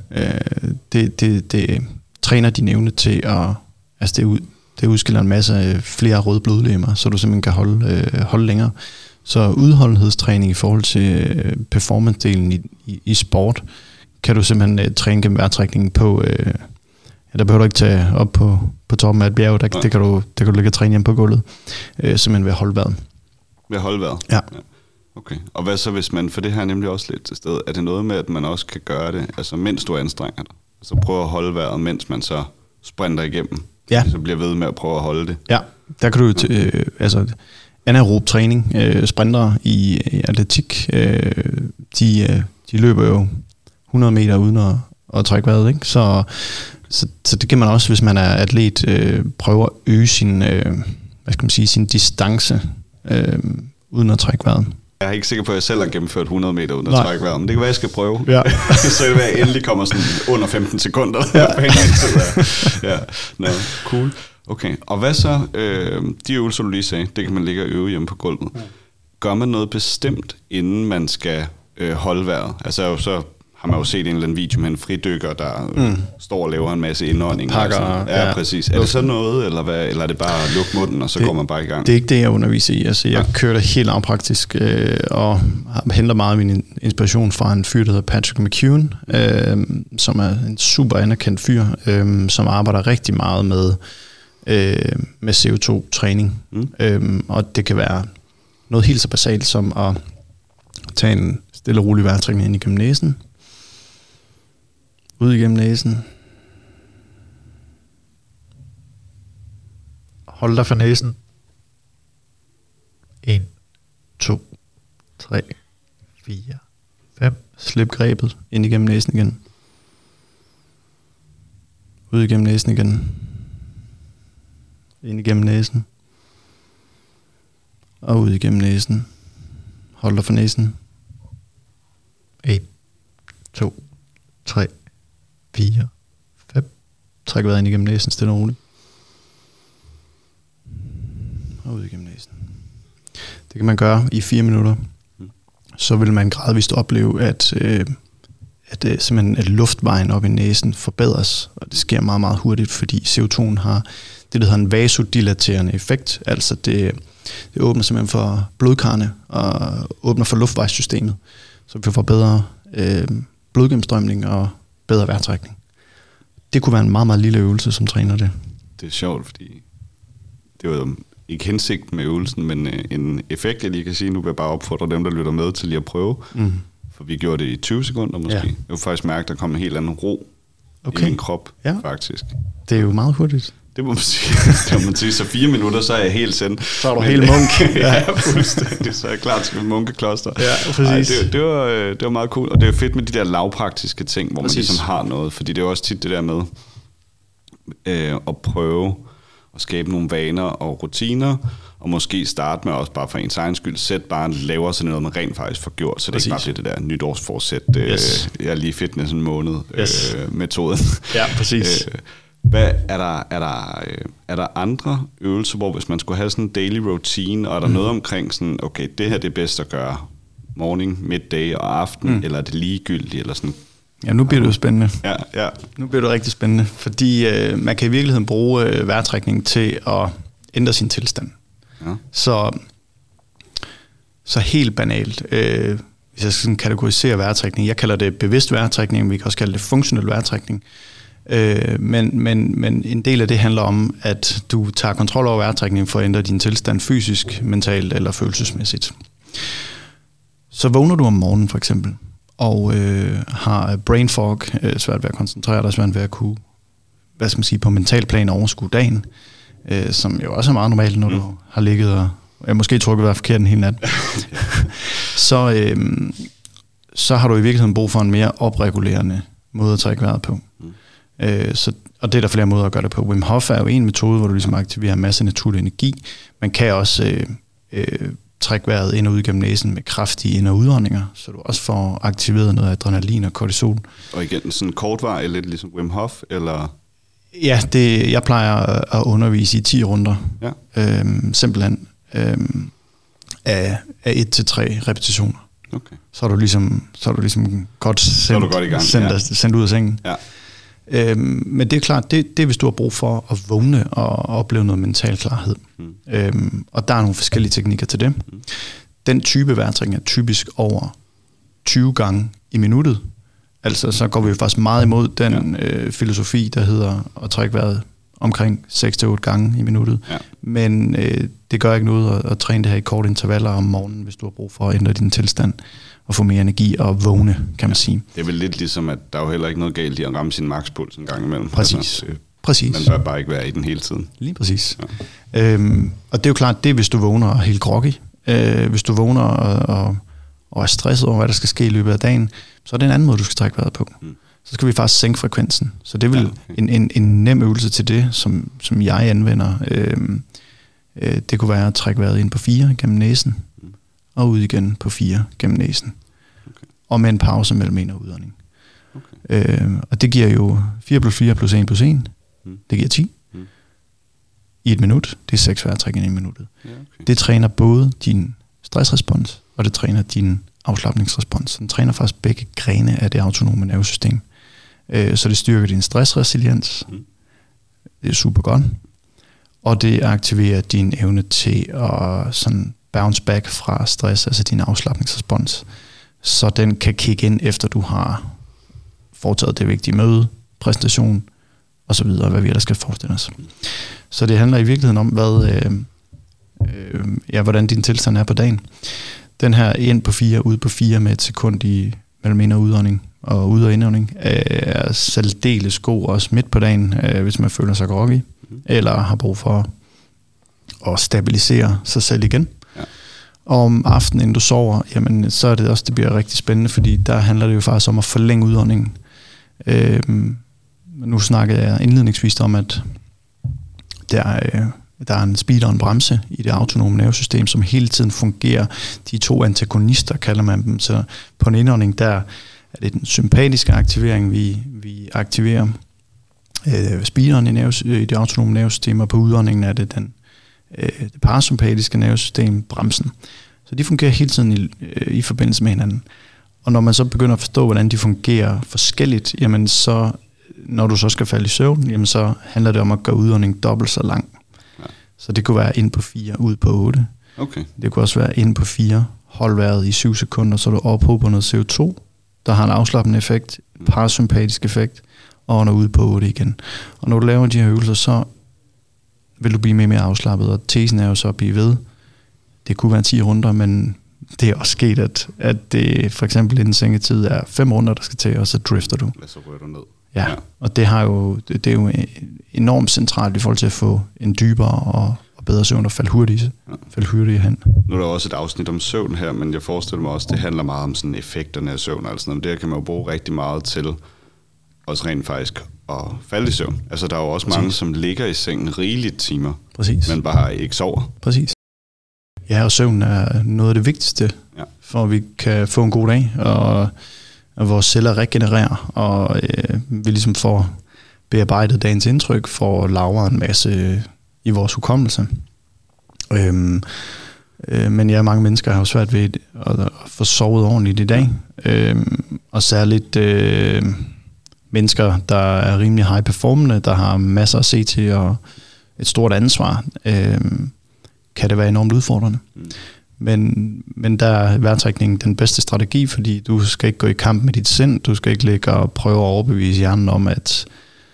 Det træner din evne til at... Altså det udskiller en masse flere røde blodlegemer, så du simpelthen kan holde længere. Så udholdenhedstræning i forhold til performance-delen i sport, kan du simpelthen træne gennem vejrtrækningen på... der behøver du ikke tage op på toppen af et bjerg, det kan du ligge og træne hjemme på gulvet, simpelthen ved at holde vejret. Ved at holde vejret? Ja. Okay. Og hvad så hvis man, for det her er nemlig også lidt til stede, er det noget med, at man også kan gøre det, altså mens du anstrenger dig? Altså prøve at holde vejret, mens man så sprinter igennem? Ja. Så bliver ved med at prøve at holde det? Ja, der kan du anaerob træning, sprintere i atletik, de løber jo 100 meter uden at trække vejret, ikke? Så det kan man også, hvis man er atlet, prøve at øge sin distance uden at trække vejret. Jeg er ikke sikker på, at jeg selv har gennemført 100 meter uden at trække vejret, men det kan være, jeg skal prøve. Ja. Så det være, at jeg endelig kommer sådan under 15 sekunder. Ja. No, cool. Okay, og hvad så, de øvelser, du lige sagde, det kan man ligge og øve hjemme på gulvet. Gør man noget bestemt, inden man skal holde vejret? Altså så har man jo set en eller anden video med en fridykker, der står og laver en masse indånding. Pakker. Ja, præcis. Er det så noget, eller er det bare at lukke munden, og så går man bare i gang? Det er ikke det, jeg underviser i. Altså, jeg kører det helt lavpraktisk, og henter meget af min inspiration fra en fyr, der hedder Patrick McKeown, som er en super anerkendt fyr, som arbejder rigtig meget med CO2-træning. Og det kan være noget helt så basalt som at tage en stille og rolig vejrtrækning ind igennem næsen, ud igennem næsen, hold dig for næsen, 1, 2, 3, 4, 5, slip grebet, ind igennem næsen igen, ud igennem næsen igen, ind igennem næsen, og ud igennem næsen, hold dig for næsen, 1, 2, 3, 4, 5. Træk vejret ind igennem næsen, stille og roligt. Og ud igennem næsen. Det kan man gøre i 4 minutter. Så vil man gradvist opleve, at simpelthen at luftvejen op i næsen forbedres. Og det sker meget, meget hurtigt, fordi CO2'en har det, der hedder en vasodilaterende effekt. Altså det åbner simpelthen for blodkarrene og åbner for luftvejssystemet. Så vi får bedre blodgennemstrømning og bedre vejrtrækning. Det kunne være en meget, meget lille øvelse, som træner det. Det er sjovt, fordi det var jo ikke hensigt med øvelsen, men en effekt, jeg lige kan sige, nu vil jeg bare opfordre dem, der lytter med til lige at prøve. For vi gjorde det i 20 sekunder måske. Ja. Jeg kunne faktisk mærke, at der kom en helt anden ro i min krop, faktisk. Det er jo meget hurtigt. Det må man sige. Så 4 minutter, så er jeg helt sendt. Så er du helt munk. Ja, fuldstændig. Så er jeg klar til mit munkekloster. Ja, præcis. Det var meget cool. Og det er fedt med de der lavpraktiske ting, hvor man ligesom har noget. Fordi det er også tit det der med, at prøve at skabe nogle vaner og rutiner, og måske starte med også bare for ens egen skyld, sæt bare lavere sådan noget, man rent faktisk får gjort, så det ikke bare bliver det der nytårsforsæt, jeg er lige fitness en måned metoden. Ja, præcis. Hvad er der andre øvelser, hvor hvis man skulle have sådan en daily routine, og er der noget omkring sådan, okay, det her det er bedst at gøre morning, midday og aften, eller er det ligegyldigt, eller sådan? Ja, nu bliver det jo spændende. Ja. Nu bliver det rigtig spændende, fordi man kan i virkeligheden bruge vejrtrækning til at ændre sin tilstand. Ja. Så helt banalt, hvis jeg skal kategorisere vejrtrækning, jeg kalder det bevidst vejrtrækning, vi kan også kalde det funktionel vejrtrækning. Men en del af det handler om, at du tager kontrol over vejrtrækningen for at ændre din tilstand fysisk, mentalt eller følelsesmæssigt. Så vågner du om morgenen for eksempel, og har brain fog, svært ved at koncentrere dig, svært ved at kunne, hvad skal man sige, på mental plan overskue dagen, som jo også er meget normalt, når du har ligget og måske trukket vejret forkert en hel nat. Så har du i virkeligheden brug for en mere opregulerende måde at trække vejret på. Og det er der flere måder at gøre det på. Wim Hof er jo en metode, hvor du ligesom aktiverer en masse naturlig energi. Man kan også trække vejret ind og ud gennem næsen med kraftige ind- og udåndinger, så du også får aktiveret noget adrenalin og kortisol. Og igen, sådan kortvarig, lidt ligesom Wim Hof, eller? Ja, jeg plejer at undervise i 10 runder. Ja. Simpelthen af 1 til 3 repetitioner. Okay. Så er du ligesom godt sendt ud af sengen. Ja. Men det er klart, det er hvis du har brug for at vågne og opleve noget mental klarhed. Og der er nogle forskellige teknikker til det. Den type vejrtrækning er typisk over 20 gange i minuttet. Altså så går vi jo faktisk meget imod den filosofi, der hedder at trække vejret omkring 6-8 gange i minuttet. Ja. Men det gør ikke noget at træne det her i korte intervaller om morgenen, hvis du har brug for at ændre din tilstand og få mere energi og vågne, kan man sige. Det er vel lidt ligesom, at der er jo heller ikke noget galt i at ramme sin makspuls en gang imellem. Præcis. Altså, præcis. Man bør bare ikke være i den hele tiden. Lige præcis. Ja. Og det er jo klart, det er, hvis du vågner helt groggy. Hvis du vågner og er stresset over, hvad der skal ske i løbet af dagen, så er det en anden måde, du skal trække vejret på. Så skal vi faktisk sænke frekvensen. Så det er vel en nem øvelse til det, som jeg anvender. Det kunne være at trække vejret ind på 4 gennem næsen, og ud igen på 4 gennem næsen. Okay. Og med en pause mellem en og udånding. Okay. Og det giver jo 4 plus 4 plus 1 plus 1. Det giver 10. I 1 minut. Det er 6 vejrtrækninger i minuttet. Ja, okay. Det træner både din stressrespons, og det træner din afslapningsrespons. Den træner faktisk begge grene af det autonome nervesystem. Så det styrker din stressresiliens. Det er super godt. Og det aktiverer din evne til at sådan bounce back fra stress, altså din afslapningsrespons. Så den kan kigge ind, efter du har foretaget det vigtige møde, præsentation, og så videre, hvad vi ellers skal forestille os. Så det handler i virkeligheden om, hvordan din tilstand er på dagen. Den her ind på 4, ud på 4 med et sekund i mellem ind- og udånding, og ud- og indånding, er særdeles god også midt på dagen, hvis man føler sig groggy, eller har brug for at stabilisere sig selv igen. Ja. Og om aftenen, inden du sover, jamen, så er det også, det bliver rigtig spændende, fordi der handler det jo faktisk om at forlænge udåndingen. Nu snakkede jeg indledningsvis om, at der er en speeder og en bremse i det autonome nervesystem, som hele tiden fungerer. De 2 antagonister, kalder man dem. Så på en indånding, der er det den sympatiske aktivering, vi aktiverer speederen i det autonome nervesystem, og på udåndingen er det det parasympatiske nervesystem, bremsen. Så de fungerer hele tiden i forbindelse med hinanden. Og når man så begynder at forstå, hvordan de fungerer forskelligt, jamen så, når du så skal falde i søvn, jamen så handler det om at gøre udåndingen dobbelt så lang. Ja. Så det kunne være ind på 4, ud på 8. Okay. Det kunne også være ind på 4, hold vejret i 7 sekunder, så du ophober noget CO2, der har en afslappende effekt, parasympatisk effekt, og når ude på 8 igen. Og når du laver de her øvelser, så vil du blive mere afslappet, og tesen er jo så at blive ved. Det kunne være 10 runder, men det er også sket, at det for eksempel inden sengetid er 5 runder, der skal til, og så drifter du. Så rører du ned. Ja, og det er jo enormt centralt i forhold til at få en dybere og bedre søvn og falde hurtigt hen. Nu er der også et afsnit om søvn her, men jeg forestiller mig også, det handler meget om sådan effekterne af søvn. Altså, det her kan man jo bruge rigtig meget til også rent faktisk at falde i søvn. Altså, der er jo også mange, som ligger i sengen rigeligt timer, men bare ikke sover. Præcis. Ja, og søvn er noget af det vigtigste, for at vi kan få en god dag, og vores celler regenererer, og vi ligesom får bearbejdet dagens indtryk, for at lagre en masse i vores hukommelse. Men ja, mange mennesker har jo svært ved at få sovet ordentligt i dag, og særligt mennesker, der er rimelig high performende, der har masser at se til og et stort ansvar, kan det være enormt udfordrende. Men der er vejrtrækningen den bedste strategi, fordi du skal ikke gå i kamp med dit sind, du skal ikke ligge og prøve at overbevise hjernen om, at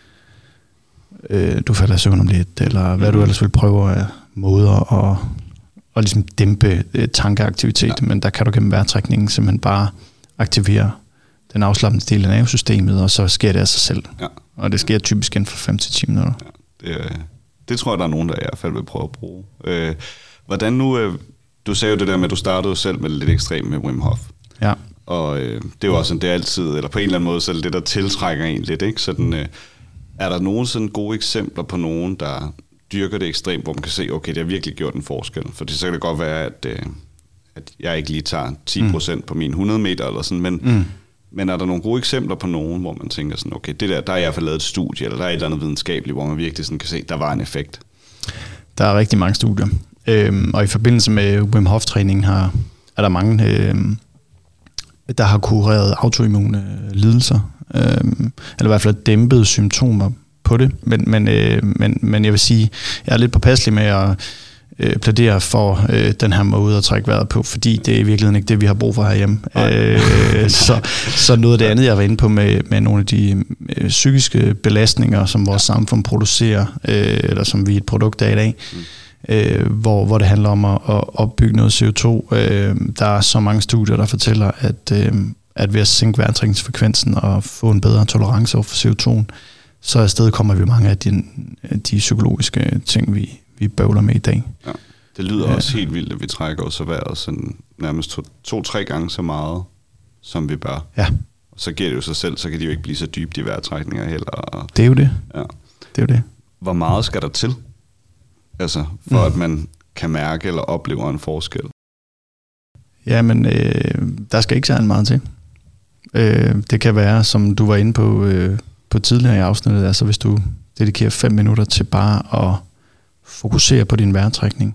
du falder i søvn om lidt, eller hvad du ellers vil prøve af måder og ligesom dæmpe tankeaktivitet, men der kan du gennem vejrtrækningen simpelthen bare aktivere den afslappende del af nervesystemet, og så sker det af sig selv. Ja. Og det sker typisk inden for 5-10 minutter. Ja, det tror jeg, der er nogen, der i hvert fald vil prøve at bruge. Hvordan nu... Du sagde jo det der med, at du startede selv med lidt ekstremt med Wim Hof. Ja. Og det er jo også det er altid, eller på en eller anden måde, så er det der tiltrækker en lidt, ikke? Sådan, er der nogle sådan gode eksempler på nogen, der dyrker det ekstremt, hvor man kan se, okay, det har virkelig gjort en forskel? For så kan det godt være, at jeg ikke lige tager 10% på mine 100 meter eller sådan, men er der nogle gode eksempler på nogen, hvor man tænker sådan, okay, det der er i hvert fald lavet et studie, eller der er et eller andet videnskabeligt, hvor man virkelig sådan kan se, der var en effekt? Der er rigtig mange studier. Og i forbindelse med Wim Hof-træningen er der mange, der har kureret autoimmune lidelser, eller i hvert fald dæmpet symptomer på det. Men jeg vil sige, jeg er lidt påpasselig med at plædere for den her måde at trække vejret på, fordi det er i virkeligheden ikke det, vi har brug for herhjemme. Så noget af det andet, jeg var inde på med nogle af de psykiske belastninger, som vores samfund producerer, eller som vi er et produkt af i dag, hvor det handler om at opbygge noget CO2. Der er så mange studier, der fortæller, at ved at sænke vejrtrækningsfrekvensen og få en bedre tolerance over for CO2'en, så afsted kommer vi mange af de psykologiske ting, vi bøvler med i dag. Ja, det lyder også helt vildt, at vi trækker os vejret sådan nærmest 2-3 gange så meget, som vi bør. Ja. Så giver det jo sig selv, så kan de jo ikke blive så dybt i vejrtrækninger heller. Det er jo det. Ja. Det er jo det. Hvor meget skal der til? Altså, for at man kan mærke eller oplever en forskel? Jamen, der skal ikke særlig meget til. Det kan være, som du var inde på tidligere i afsnittet, altså hvis du dedikerer 5 minutter til bare at fokusere på din vejrtrækning.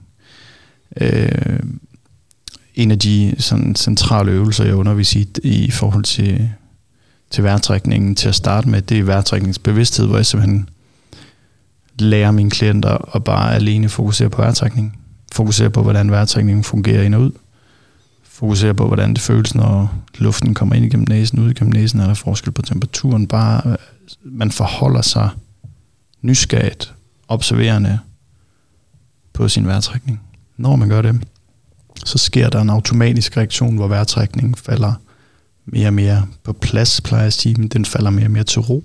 En af de sådan, centrale øvelser, jeg underviser i forhold til vejrtrækningen til at starte med, det er vejrtrækningsbevidsthed, hvor jeg simpelthen lærer mine klienter at bare alene fokusere på vejrtrækning. Fokusere på, hvordan vejrtrækningen fungerer ind og ud. Fokusere på, hvordan det føles, når luften kommer ind igennem næsen, ud igennem næsen, er der forskel på temperaturen. Bare man forholder sig nysgerrigt, observerende på sin vejrtrækning. Når man gør det, så sker der en automatisk reaktion, hvor vejrtrækningen falder mere og mere på plads, plejer jeg at sige, men den falder mere og mere til ro.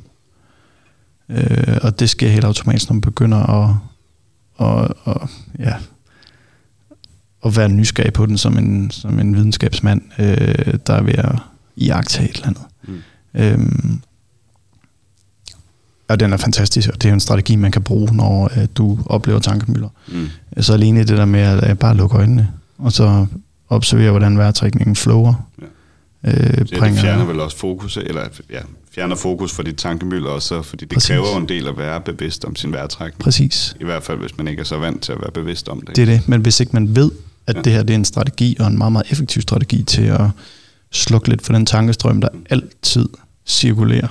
Og det sker helt automatisk, når man begynder at være nysgerrig på den som en videnskabsmand, der er ved at iagttage et eller andet. Og den er fantastisk, og det er jo en strategi, man kan bruge, når du oplever tankemylder. Så alene det der med at bare lukke øjnene, og så observere, hvordan vejrtrækningen flower. Ja. Det fjerner vel også fokus, eller fjerner fokus for dit tankemylder også, fordi det kræver en del at være bevidst om sin vejrtrækning. Præcis. I hvert fald, hvis man ikke er så vant til at være bevidst om det. Det er det, men hvis ikke man ved, at det her det er en strategi, og en meget, meget effektiv strategi til at slukke lidt for den tankestrøm, der altid cirkulerer.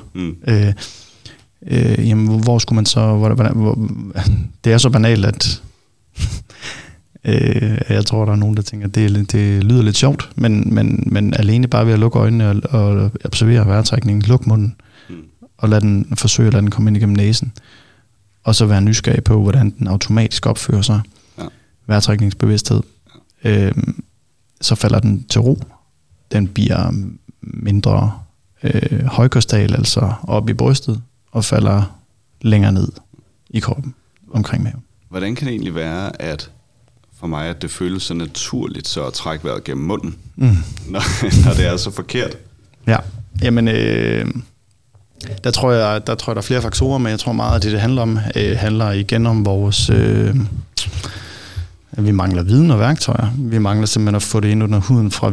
Jamen, hvor skulle man så... det er så banalt, at jeg tror, der er nogen, der tænker, at det lyder lidt sjovt, men alene bare ved at lukke øjnene og observere vejrtrækningen, luk munden, og forsøge at lade den komme ind igennem næsen, og så være nysgerrig på, hvordan den automatisk opfører sig. Ja. Vejrtrækningsbevidsthed. Så falder den til ro. Den bliver mindre højkostal, altså op i brystet, og falder længere ned i kroppen, omkring maven. Hvordan kan det egentlig være, at for mig, at det føles så naturligt så at trække vejret gennem munden, når det er så forkert? Ja, jamen Der tror jeg, der er flere faktorer, men jeg tror meget, at det handler om, handler igen om vores... vi mangler viden og værktøjer. Vi mangler simpelthen at få det ind under huden, fra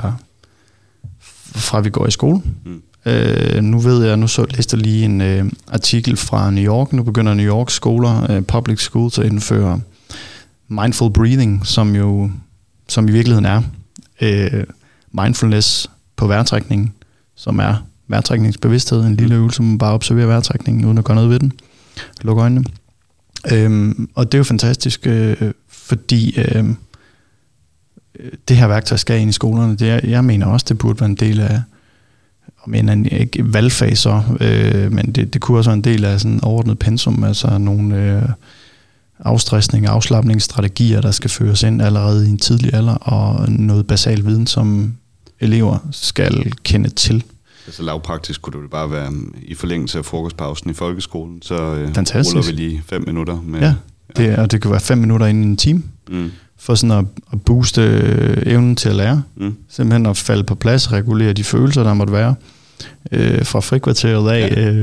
vi går i skole. Nu ved jeg, læste jeg lige en artikel fra New York. Nu begynder New York skoler, public schools, at indføre mindful breathing, som i virkeligheden er mindfulness på vejrtrækningen, som er vejrtrækningsbevidsthed, en lille øvelse, man bare observerer vejrtrækningen, uden at gøre noget ved den. Lukke øjnene. Og det er jo fantastisk, fordi det her værktøj skal ind i skolerne. Jeg mener også, det burde være en del af, ikke valgfag så, men det kunne også være en del af sådan overordnet pensum, altså nogle afstressning og afslapningsstrategier, der skal føres ind allerede i en tidlig alder, og noget basal viden, som elever skal kende til. Altså lavpraktisk kunne det bare være i forlængelse af frokostpausen i folkeskolen, så ruller vi lige 5 minutter. Med, det kan være 5 minutter inden en time, for sådan at booste evnen til at lære. Simpelthen at falde på plads, regulere de følelser, der måtte være fra frikvarteret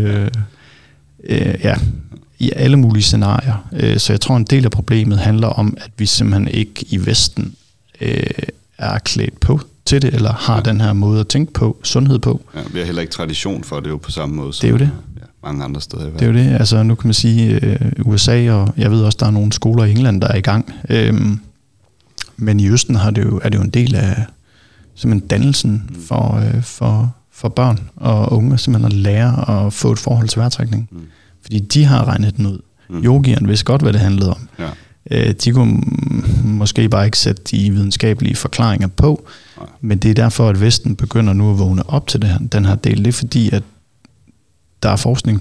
af. I alle mulige scenarier. Så jeg tror, en del af problemet handler om, at vi simpelthen ikke i Vesten er klædt på til det, eller har den her måde at tænke på, sundhed på. Ja, vi har heller ikke tradition for det jo på samme måde, som det er jo det. Mange andre steder i verden. Det er jo det. Altså nu kan man sige, USA, og jeg ved også, der er nogle skoler i England, der er i gang. Men i Østen er det jo en del af simpelthen dannelsen for børn og unge, simpelthen at lære at få et forhold til vejrtrækning. Fordi de har regnet den ud. Yogierne vidste godt, hvad det handlede om. Ja. De kunne måske bare ikke sætte de videnskabelige forklaringer på, men det er derfor, at Vesten begynder nu at vågne op til den her del. Det er fordi, at der er forskning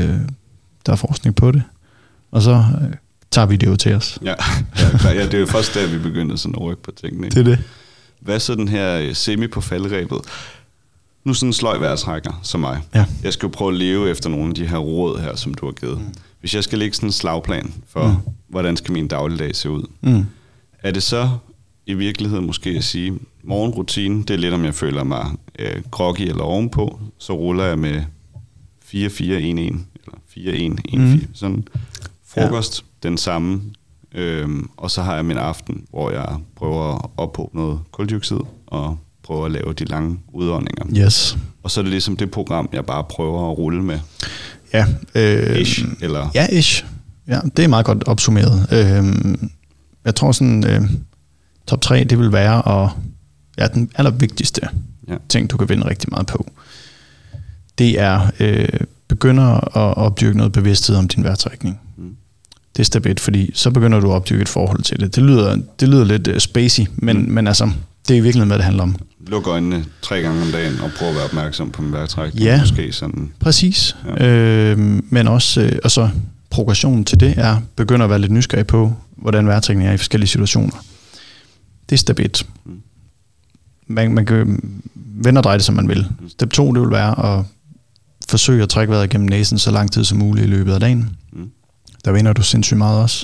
på det, og så tager vi det jo til os. Ja, det er jo først der, vi begynder sådan at rykke på tingene. Ikke? Det er det. Hvad så den her semi på faldrebet? Nu sådan en sløj vejrtrækker som mig. Ja. Jeg skal jo prøve at leve efter nogle af de her råd her, som du har givet. Hvis jeg skal lægge sådan en slagplan for, hvordan skal min dagligdag se ud, er det så i virkeligheden måske at sige, morgenrutinen, det er lidt om jeg føler mig groggy eller ovenpå, så ruller jeg med 4-4-1-1, eller 4-1-1-4. Sådan frokost, den samme, og så har jeg min aften, hvor jeg prøver at ophåbe noget koldioxid, og prøver at lave de lange udåndinger. Yes. Og så er det ligesom det program, jeg bare prøver at rulle med. Ja. Ish, eller? Ja, ish. Ja, det er meget godt opsummeret. Jeg tror sådan, top 3, det vil være den allervigtigste ting, du kan vinde rigtig meget på. Det er begynder at opdyrke noget bevidsthed om din vejrtrækning. Det er step 1, fordi så begynder du at opdyrke et forhold til det. Det lyder lidt spacey, men altså, det er i virkeligheden, hvad det handler om. Luk øjnene 3 gange om dagen og prøv at være opmærksom på min vejrtrækning. Ja, måske sådan. Præcis. Ja. Men også, og så progressionen til det er, begynder at være lidt nysgerrig på, hvordan vejrtrækningen er i forskellige situationer. Det er step 1. Man kan vende og dreje det, som man vil. Step 2, det vil være at forsøge at trække vejret gennem næsen så lang tid som muligt i løbet af dagen. Der vinder du sindssygt meget også.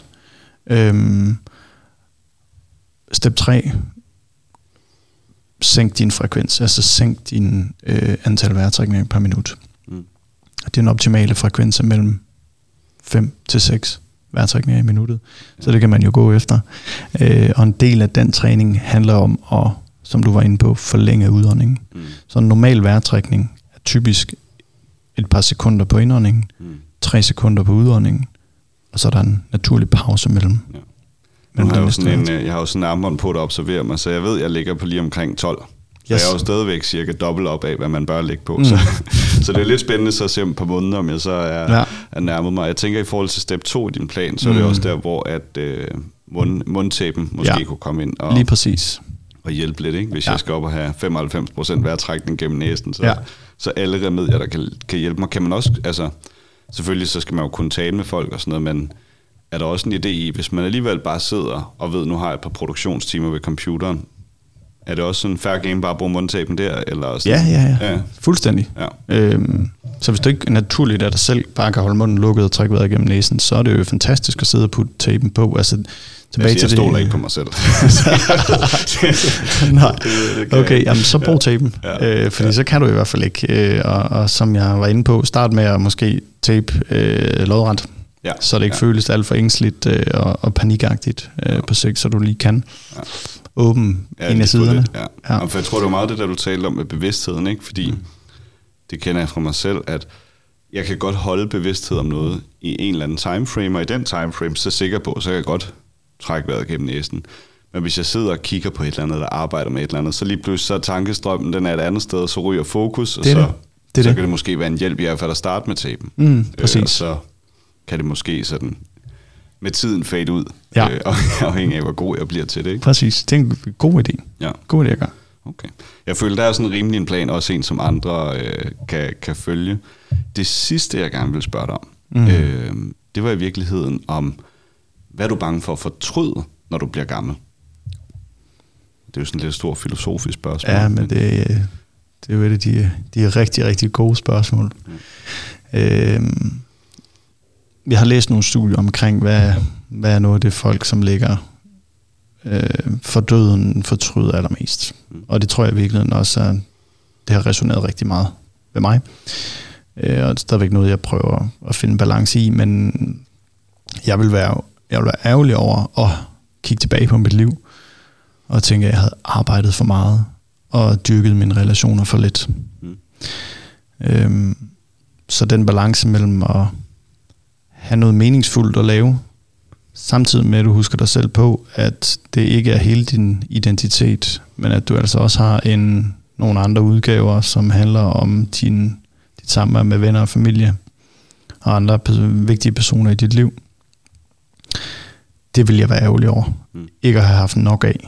Step 3, sænk din frekvens, altså sænk din antal vejrtrækninger per minut. Den optimale frekvens er mellem 5 til 6 vejrtrækninger i minuttet, så det kan man jo gå efter. Og en del af den træning handler om at, som du var inde på, forlænge udåndingen. Så en normal vejrtrækning er typisk et par sekunder på indåndingen, 3 sekunder på udåndingen, og så er der en naturlig pause mellem. Ja. Jeg har jo sådan en armbånd på, der observerer mig, så jeg ved, at jeg ligger på lige omkring 12. Så jeg er jo stadigvæk cirka dobbelt op af, hvad man bør ligge på. Så det er lidt spændende så at se om et par måneder, om jeg så er nærmet mig. Jeg tænker, i forhold til step 2 i din plan, så er det også der, hvor at mundtæppen måske kunne komme ind og, lige præcis. Og hjælpe lidt. Ikke? Hvis jeg skal op og have 95% vejrtrækning gennem næsen, så alle remedier, der kan hjælpe mig, kan man også... Altså, selvfølgelig så skal man jo kunne tale med folk og sådan noget, men er der også en idé i, hvis man alligevel bare sidder og ved, nu har jeg et par produktionstimer ved computeren, er det også sådan en fair game bare at bruge mundtapen der? Eller sådan? Ja. Fuldstændig. Ja. Så hvis det ikke er naturligt, at dig selv bare kan holde munden lukket og trække vejret gennem næsen, så er det jo fantastisk at sidde og putte tapen på. Altså, Jeg stoler ikke på mig selv. Nej, okay, jamen, så brug tapen, fordi så kan du i hvert fald ikke. Og som jeg var inde på, start med at måske tape lodret, så det ikke føles alt for ængstligt og panikagtigt på sigt, så du lige kan åbne en af siderne. For jeg tror, det var meget det, der du talte om med bevidstheden, ikke? Fordi det kender jeg fra mig selv, at jeg kan godt holde bevidsthed om noget i en eller anden timeframe, og i den timeframe, så er jeg sikker på, så kan jeg godt trække vejret gennem næsen. Men hvis jeg sidder og kigger på et eller andet, eller arbejder med et eller andet, så lige pludselig så er tankestrømmen, den er et andet sted, og så ryger fokus, og så kan det måske være en hjælp i hvert fald at starte med tapen. Præcis. Og så kan det måske sådan med tiden fade ud, afhængig af, hvor god jeg bliver til det. Ikke? Præcis, det er en god idé. Ja. God idé at gøre. Okay. Jeg føler, der er sådan rimelig en plan, også en, som andre kan følge. Det sidste, jeg gerne vil spørge dig om, det var i virkeligheden om, hvad er du bange for at fortryde, når du bliver gammel? Det er jo sådan et lidt stort filosofisk spørgsmål. Ja, men det er jo et af de rigtig, rigtig gode spørgsmål. Jeg har læst nogle studier omkring, hvad er noget af det folk, som ligger for døden, fortryder allermest. Og det tror jeg i virkeligheden også, at det har resoneret rigtig meget ved mig. Og det er stadigvæk noget, jeg prøver at finde balance i, men jeg vil være ærgerlig over at kigge tilbage på mit liv og tænke, at jeg havde arbejdet for meget og dyrket mine relationer for lidt. Så den balance mellem at have noget meningsfuldt at lave, samtidig med at du husker dig selv på, at det ikke er hele din identitet, men at du altså også har nogle andre udgaver, som handler om dit samvær med venner og familie og andre vigtige personer i dit liv. Det vil jeg være ærgerlig over. Ikke at have haft nok af.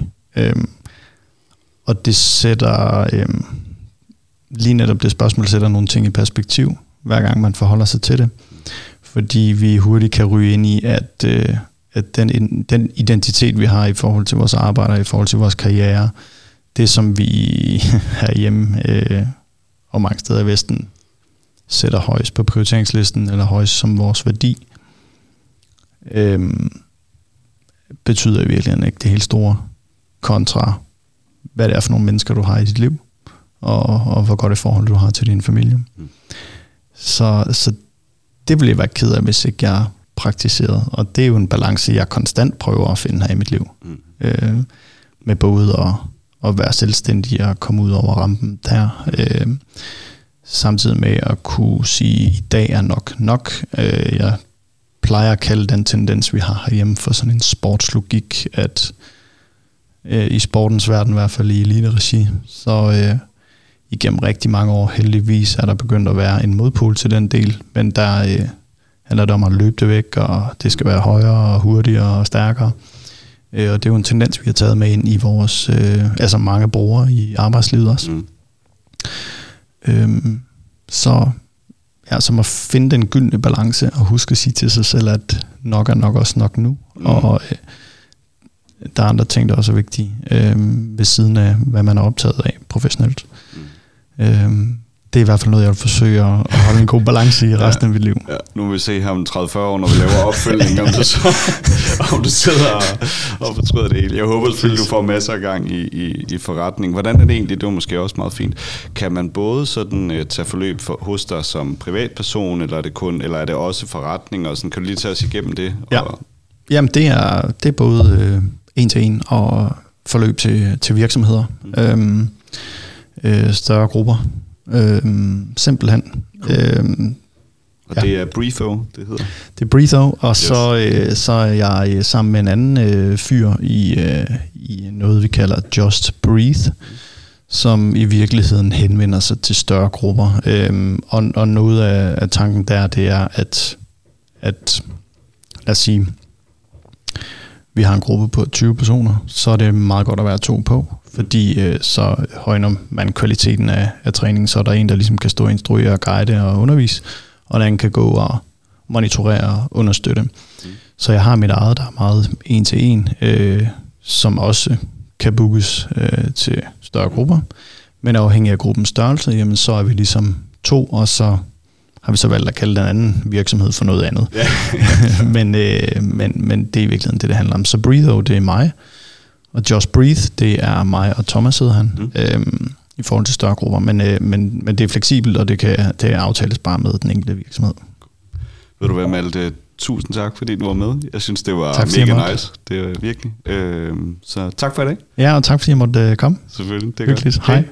Og det sætter lige netop det spørgsmål sætter nogle ting i perspektiv, hver gang man forholder sig til det. Fordi vi hurtigt kan ryge ind i, at den identitet, vi har i forhold til vores arbejde, i forhold til vores karriere, det som vi herhjemme og mange steder i Vesten sætter højst på prioriteringslisten, eller højst som vores værdi, betyder i virkeligheden ikke det helt store kontra, hvad det er for nogle mennesker, du har i dit liv, og hvor godt et forhold du har til din familie. Så det ville jeg være ked af, hvis ikke jeg praktiserede. Og det er jo en balance, jeg konstant prøver at finde her i mit liv. Med både at være selvstændig og komme ud over rampen der. Samtidig med at kunne sige, at i dag er nok. Jeg plejer at kalde den tendens, vi har herhjemme, for sådan en sportslogik, at i sportens verden, i hvert fald i elite-regi, så igennem rigtig mange år heldigvis er der begyndt at være en modpol til den del, men der handler det om at løbe det væk, og det skal være højere og hurtigere og stærkere. Og det er jo en tendens, vi har taget med ind i vores, altså mange brugere i arbejdslivet også. Så som at finde den gyldne balance og huske at sige til sig selv, at nok er nok også nok nu. Og der er andre ting, der også er vigtige ved siden af, hvad man er optaget af professionelt. Det er i hvert fald noget, jeg vil forsøge at holde en god balance i resten af mit liv. Ja. Nu vil vi se her om 30-40 år, når vi laver opfølgning, om du sidder og fortryder det hele. Jeg håber selvfølgelig, du får masser af gang i forretning. Hvordan er det egentlig? Det var måske også meget fint. Kan man både sådan tage forløb hos dig som privatperson, eller er det også forretning? Og sådan, kan du lige tage os igennem det? Ja. Jamen, det er både en til en og forløb til virksomheder. Større grupper. Simpelthen. Og det er Breatho, det hedder? Det er Breatho, og så er jeg sammen med en anden fyr i noget, vi kalder Just Breathe, som i virkeligheden henvender sig til større grupper. Og noget af tanken der, det er, at lad os sige, vi har en gruppe på 20 personer, så er det meget godt at være 2 på, fordi så højner man kvaliteten af træningen, så er der en, der ligesom kan stå og instruere, guide og undervise, og den kan gå og monitorere og understøtte. Så jeg har mit eget, der er meget 1-til-1, som også kan bookes til større grupper, men afhængig af gruppens størrelse, jamen så er vi ligesom 2, og så har vi så valgt at kalde den anden virksomhed for noget andet. Ja. men det er i virkeligheden det handler om. Så Breatho, det er mig, og Just Breathe, det er mig og Thomas hedder han, i forhold til større grupper. Men det er fleksibelt, og det aftales bare med den enkelte virksomhed. Ved du hvad, Malte? Tusind tak, fordi du var med. Jeg synes, det var tak, mega nice. Det var virkelig. Så tak for i dag. Ja, og tak fordi jeg måtte komme. Selvfølgelig. Det er hyggeligt. Hej.